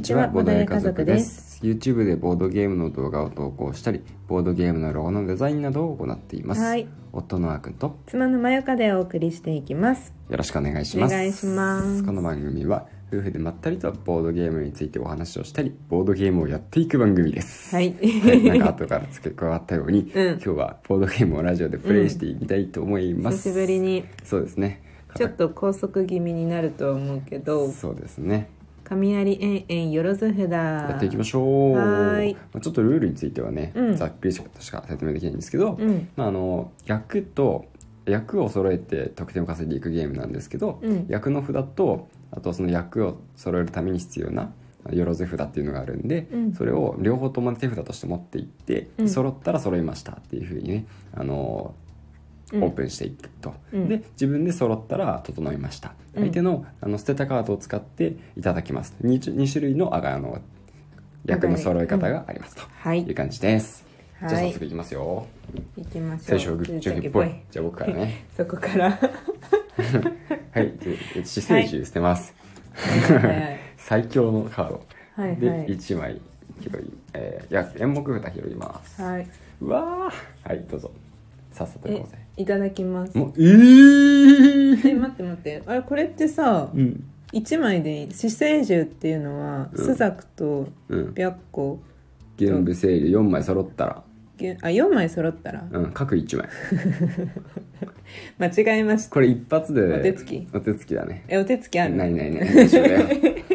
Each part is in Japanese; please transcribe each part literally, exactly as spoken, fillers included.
ちは、ボードゲー家族です。YouTube でボードゲームの動画を投稿したり、ボードゲームのロゴのデザインなどを行っています。はい、夫のあーくんと妻のまよかでお送りしていきます。 よろしくお願いします。 お願いします。 この番組は夫婦でまったりとボードゲームについてお話をしたり、ボードゲームをやっていく番組です。 はい、 はい、なんか後から付け加わったように、 うん、 今日はボードゲームをラジオでプレイしていきたいと思います。 うん、久しぶりに。そうですね、 ちょっと拘束気味になるとは思うけど、 そうですね、 神有えんえんよろず札やっていきましょう。 はい、 まあ、ちょっとルールについてはね、 うん、 ざっくりとしか説明できないんですけど、 うん、 まあ、あの役と役を揃えて得点を稼いでいくゲームなんですけど、 うん、 役の札とあとその役を揃えるために必要なよろず札っていうのがあるんで、うん、それを両方とも手札として持っていって、うん、揃ったら揃いましたっていう風にね、あのオープンしていくと、うん、で自分で揃ったら整いました、うん、相手 の, あの捨てたカードを使っていただきます。 2, 2種類のああの役の揃え方がありますという感じです、はい、じゃあ早速いきますよ。 いきましょう。 最初グッジョギっぽい。じゃあ僕からねそこからはい死生獣捨てます、はいはい、最強のカード、はいはい、でいちまい拾い、えー、や演目札拾います、はい、うわー、はいどうぞさっさといこうぜ。 いただきます。 もうえー、 え待って待ってあれこれってさ、うん、いちまいでいい。死生獣っていうのは、うん、スザクと白虎、 玄武青龍よんまい揃ったらあよんまい揃ったらうん各いちまい間違えました。 これ一発でお手つきお手つきだね。 えお手つきあるないないない大丈夫だよ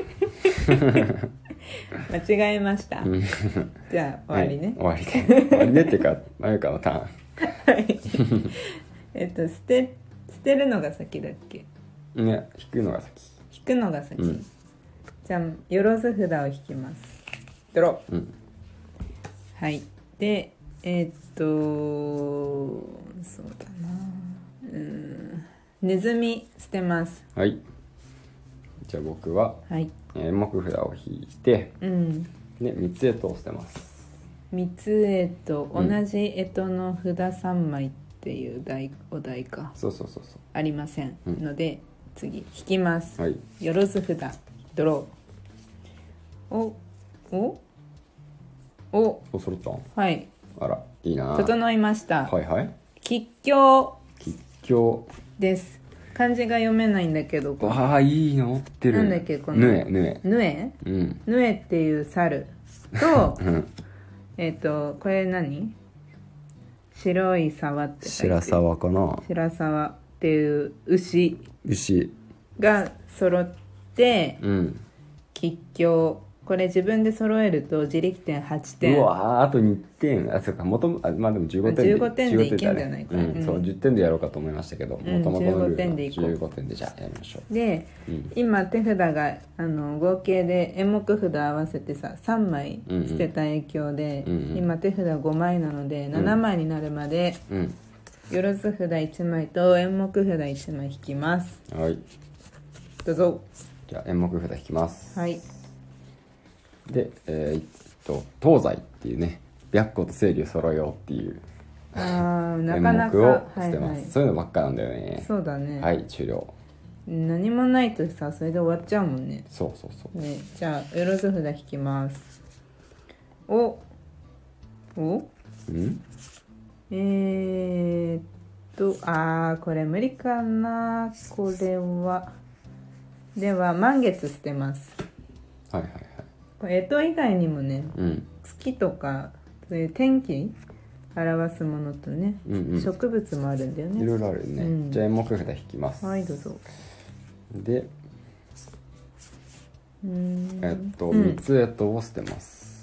間違えましたじゃあ終わりね、 はい、終わりで終わりねっていうかまゆかのターンはいえっと捨て捨てるのが先だっけ。 いや引くのが先。 引くのが先、うん、じゃあよろず札を引きます。ドロー、うん、はいでえー、っとそうだなうんネズミ捨てます。 はい、じゃあ僕は、はい、演目札を引いて、うん、で三つ干支を捨てます。 三つ干支、同じ干支の札さんまいっていう題お題かそうそうそうそうありません、うん、ので次引きます、 はい、 よろず札ドロー。おおおお揃った。 はい、 あらいいな。 整いました。 はいはい、 吉凶吉凶です。 漢字が読めないんだけど、 ああいいの持ってる。 なんだっけこのヌエヌエヌエ、うん、ヌエっていう猿と、うん、えっ、ー、とこれ何白い沢って書いて白沢かな。 白沢っていう牛牛が揃って、うん、吉凶。これ自分で揃えると自力点はちてん。 うわーあとにてん。あそうか元あまあでもじゅうごてんでじゅうごてんでいけんじゃないか、 うんうん、そうじゅってんでやろうかと思いましたけど、 うん、もともとのルールはじゅうごてんでいこう。 じゅうごてんでじゃあやりましょう。 で、うん、今手札があの合計で演目札合わせてささんまい捨てた影響で、うんうん、今手札ごまいなのでななまいになるまで、うん、よろず札いちまいと演目札いちまい引きます。 はい、 どうぞ。 じゃあ演目札引きます。 はい。 で、えー、っと東西っていうね白虎と青龍揃えようっていうあなかなか演目を捨てます、はいはい、そういうのばっかなんだよね。 そうだね。 はい終了。 何もないとさそれで終わっちゃうもんね。 そうそうそう、 ね、じゃあよろず札引きます。おおんえー、っとあーこれ無理かな。これはでは満月捨てます。 はいはいはい。 干支以外にもね、うん、月とかそういう天気表すものとね、うんうん、植物もあるんだよね。 いろいろあるね、うん、じゃあ演目札引きます。 はいどうぞ。 でうーんえっと、うん、三つ干支を捨てます、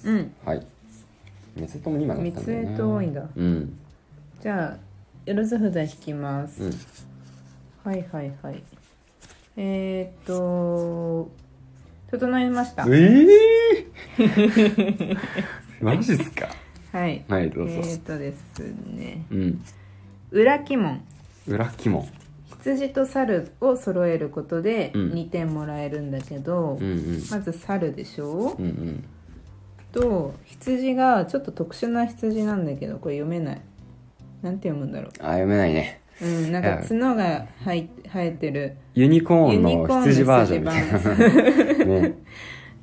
うん、はい三つ干支もにまいだったんだよね。 三つ干支多いんだ、うん、じゃあよろず札引きます、うん、はいはいはいえー、っと整いました。 ええー、マジっすか。 はいはいどうぞ。 えー、っとですね、うん、裏鬼門裏鬼門羊と猿を揃えることでにてんもらえるんだけど、うんうん、まず猿でしょ、うんうん、と羊がちょっと特殊な羊なんだけどこれ読めない。なんて読むんだろう。 あ読めないね。 うん、なんか角が生え、生えてるユニコーンの羊バージョンみたいな、ね、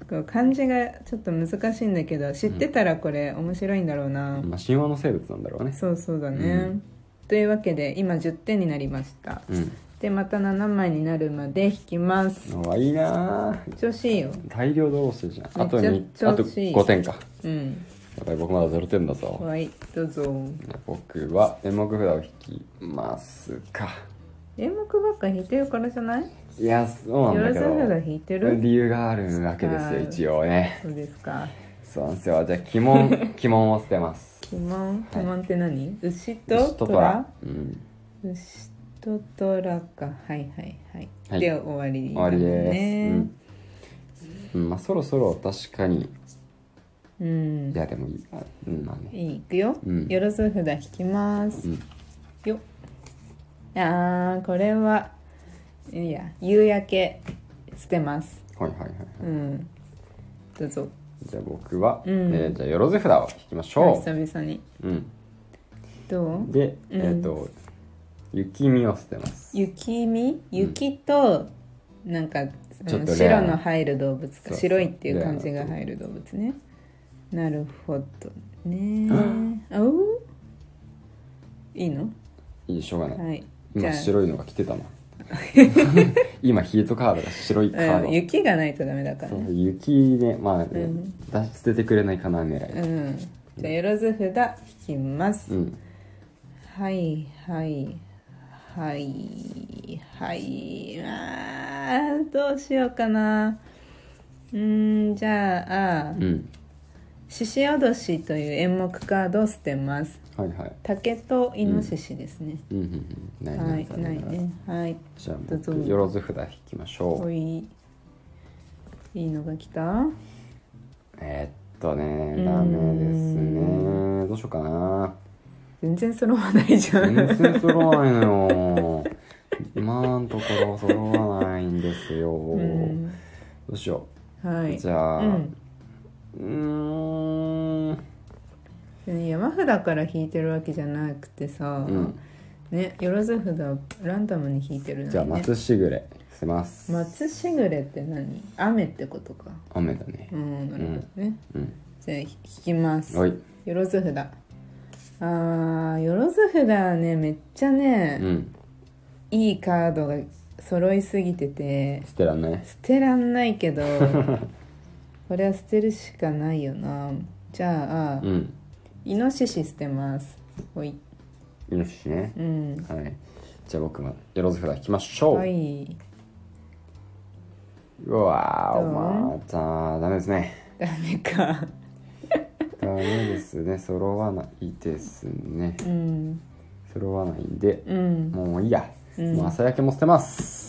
こう漢字がちょっと難しいんだけど、知ってたらこれ面白いんだろうな、 まあ、神話の生物なんだろうね。 そうそうだね、 うん、 というわけで今じゅってんになりました、 うん、 でまたななまいになるまで引きます。 うわいいな。 調子いいよ。 大量ドローしてるじゃん。あとめっにちゃあと調子いいごてんか。 うん、 やっぱり僕まだゼロてんだぞ。 はいどうぞ。 僕は演目札を引きますか。 演目ばっか引いてるからじゃない？ いやそうなんだけど、 よろず札引いてる理由があるわけですよ一応ね。 そうですか。 そうなんですよ。じゃあ鬼門鬼門を捨てます。 鬼門鬼門って何？牛と牛と虎。うん。 牛と虎か。はいはいはい、 はい、 で終わり、ね、 終わりです、うん、うん、まあそろそろ確かに、 うん、 いやでもいい、あ、うん、まあね、 いい、いくよ、うん、よろず札引きます、うん、よっ。あーこれはいや夕焼け捨てます。 はいはいはい、はい、うん、 どうぞ。 じゃあ僕は、うん、えー、じゃあよろず札を引きましょう、はい、 久々に、 うん、 どうで、えっ、ー、と、うん雪見を捨てます。 雪見？雪と、うん、なんか白の入る動物か。そうそう、白いっていう感じが入る動物ね。なるほどね。あおいいの？ いい、しょうがない、 はい、 今白いのが来てたな今ヒートカードが白いカード、 うん、雪がないとダメだからね。 そう雪ね、まあ、ね、うん、捨ててくれないかな狙い、 うん、じゃあよろず札引きます、うん、はいはいはいはいあーどうしようかな。うーんじゃあ獅子おどしという演目カードを捨てます。はいはい、竹とイノシシですね。うんうんうん、ないないないね。はい。 じゃあ僕よろず札引きましょう。 おいいいのが来た。 えー、っとねダメですね。どうしようかな。 全然揃わないじゃん。 全然揃わないのよ。今のところ揃わないんですよ。うん、どうしよう。はい。じゃあ、うん、うーん。 山札から引いてるわけじゃなくてさ、うん、ね、よろず札をランダムに引いてるのにね。 じゃあ松しぐれ捨てます。 松しぐれって何？雨ってことか。 雨だね。 うん、なるほどね。うん、じゃあ引きます。はい。よろず札。あーよろず札はねめっちゃね、うん、いいカードが揃いすぎてて捨てらんない捨てらんないけどこれは捨てるしかないよな。じゃあ、うん、イノシシ捨てます。ほい。 イノシシね、うん、はい。じゃあ僕もよろず札引きましょう。はい。うわーまたダメですね。 ダメかダメですね。揃わないですね、うん、揃わないんで、うん、もういいや、うん、もう朝焼けも捨てます。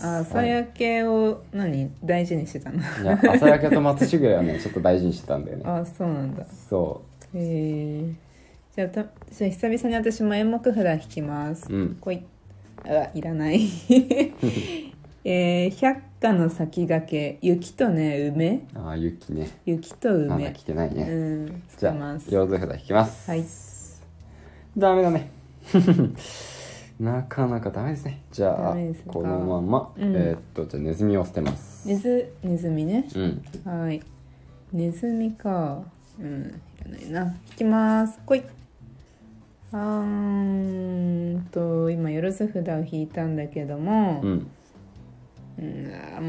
あ、朝焼けを何大事にしてたの？いや朝焼けと松しぐれはねちょっと大事にしてたんだよね。 あ、そうなんだ。 そうへえ。じゃあ、たじゃあ久々に私も演目札引きます、うん、こい。あ、いらないえー、百花の先駆け雪とね梅。 ああ雪ね。 雪と梅まだ来てないね、うん、 じゃあよろず札引きます。はい。ダメだねなかなかダメですね。じゃあこのまま、うん、えー、っとじゃあネズミを捨てます。 ネズネズミね、うん、はい。ネズミか、うんいらないな。引きますこい。あーんと今よろず札を引いたんだけども、うんうん、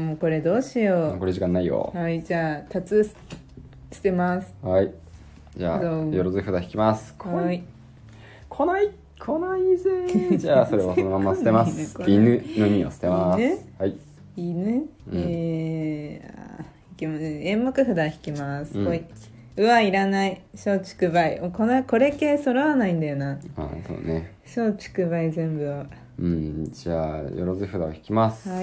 もうこれどうしよう。 これ時間ないよ。 はい、じゃあタツ捨てます。 はい。じゃあよろず札引きます。はい。来ない来ないぜ。じゃあそれをそのまま捨てます。犬の実を捨てます。犬、はい。 犬、うん、えー、引きます。演目札引きます。うん、ほい。うわいらない。松竹梅。このこれ系揃わないんだよな。 あ、そうね。 松竹梅全部は。 うん、じゃあよろず札を引きます。はい。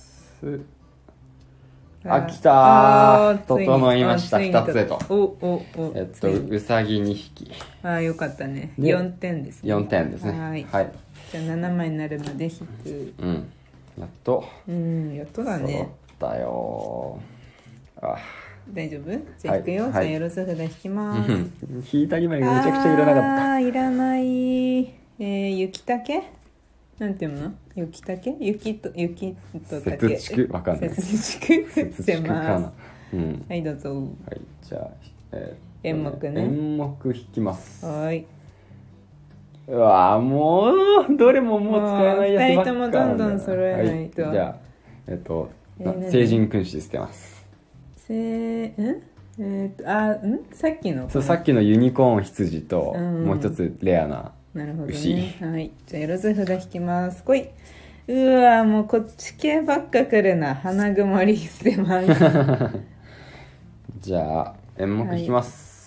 あ、来たー。整いました。ふたつへと。おおお。えっとうさぎにひき。 ああよかったね。よんてんですね。 よんてんですね。はい。はい、 じゃあななまいになるまで引く。 うん。やっと。 うん、やっとだね。 揃ったよー。あ。 大丈夫？じゃあ引くよ。はい、じゃあよろず札引きます。 引いた今めちゃくちゃいらなかった。 あいらない。えー、雪竹？なんていうの？雪竹？雪と雪と竹。 節竹わかんない。 節竹捨てます。 うん、 はいどうぞ。 はいじゃあ、えー、演目ね。 演目引きます。 はい。 うわもうどれももう使えないやつばっかなんだよ。ふたりともどんどん揃えないと、 はい、じゃあえっと、 えー、 聖人君子捨てます。 せーんえー、っとあんさっきのそうさっきのユニコーン羊と、うん、もう一つレアな牛。 なるほどね。はい。じゃあよろず札引きます。来い。うわもうこっち系ばっか来るな。花曇り捨てますじゃあ演目引きます、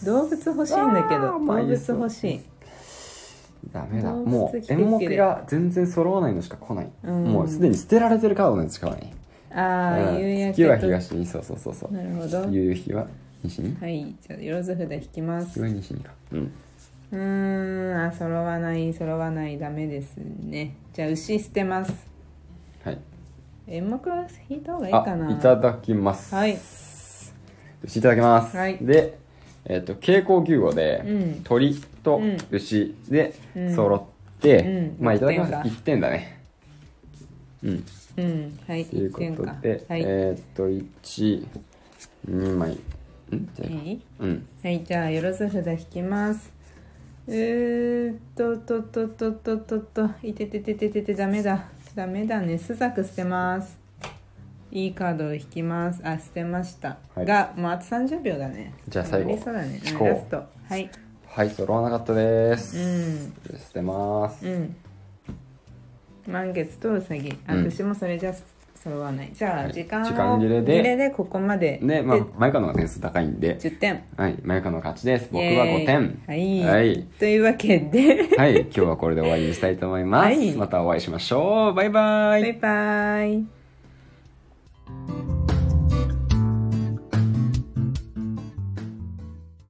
はい、動物欲しいんだけど動物欲しい。 ダメだもう演目が全然揃わないのしか来ない、うん、もうすでに捨てられてるカードのやつしかない。 ああ、うん、夕焼けと月は東にそうそうそうそう。 なるほど。 夕日は西に。 はいじゃあよろず札引きます。 夕は西にか。うんうーんあ揃わない揃わないダメですね。じゃあ牛捨てます。 はい。 演目は引いた方がいいかな。 いただきます。 はい。 牛いただきます。 はい。 で、えっ、ー、と蛍光牛語で、うん、鳥と牛で揃って、うん、まあいただきます。いってんだね。うん。 うん、はい。 ということで、はい、えっ、ー、といち、にまい。んじゃあ、いい？うん。 はい、じゃあよろず札引きます。えーっととととととといててててててダメだダメだね。スザク捨てます。いいカードを引きます。あ捨てました、はい、がもうあとさんじゅうびょうだね。 じゃあ最後そうだね、うん、ラストはいはい揃わなかったです、 うん、 捨てます。 うん満月とウサギあ、うん、私もそれじゃ揃わない。じゃあ、はい、時間を時間切れで切れでここまでで、まあ、マユカの方が点数高いんでじゅってん。 はいマユカの勝ちです。僕はごてん。 はい、はい、というわけではい今日はこれで終わりにしたいと思います、はい、またお会いしましょう。バイバイバイバイ。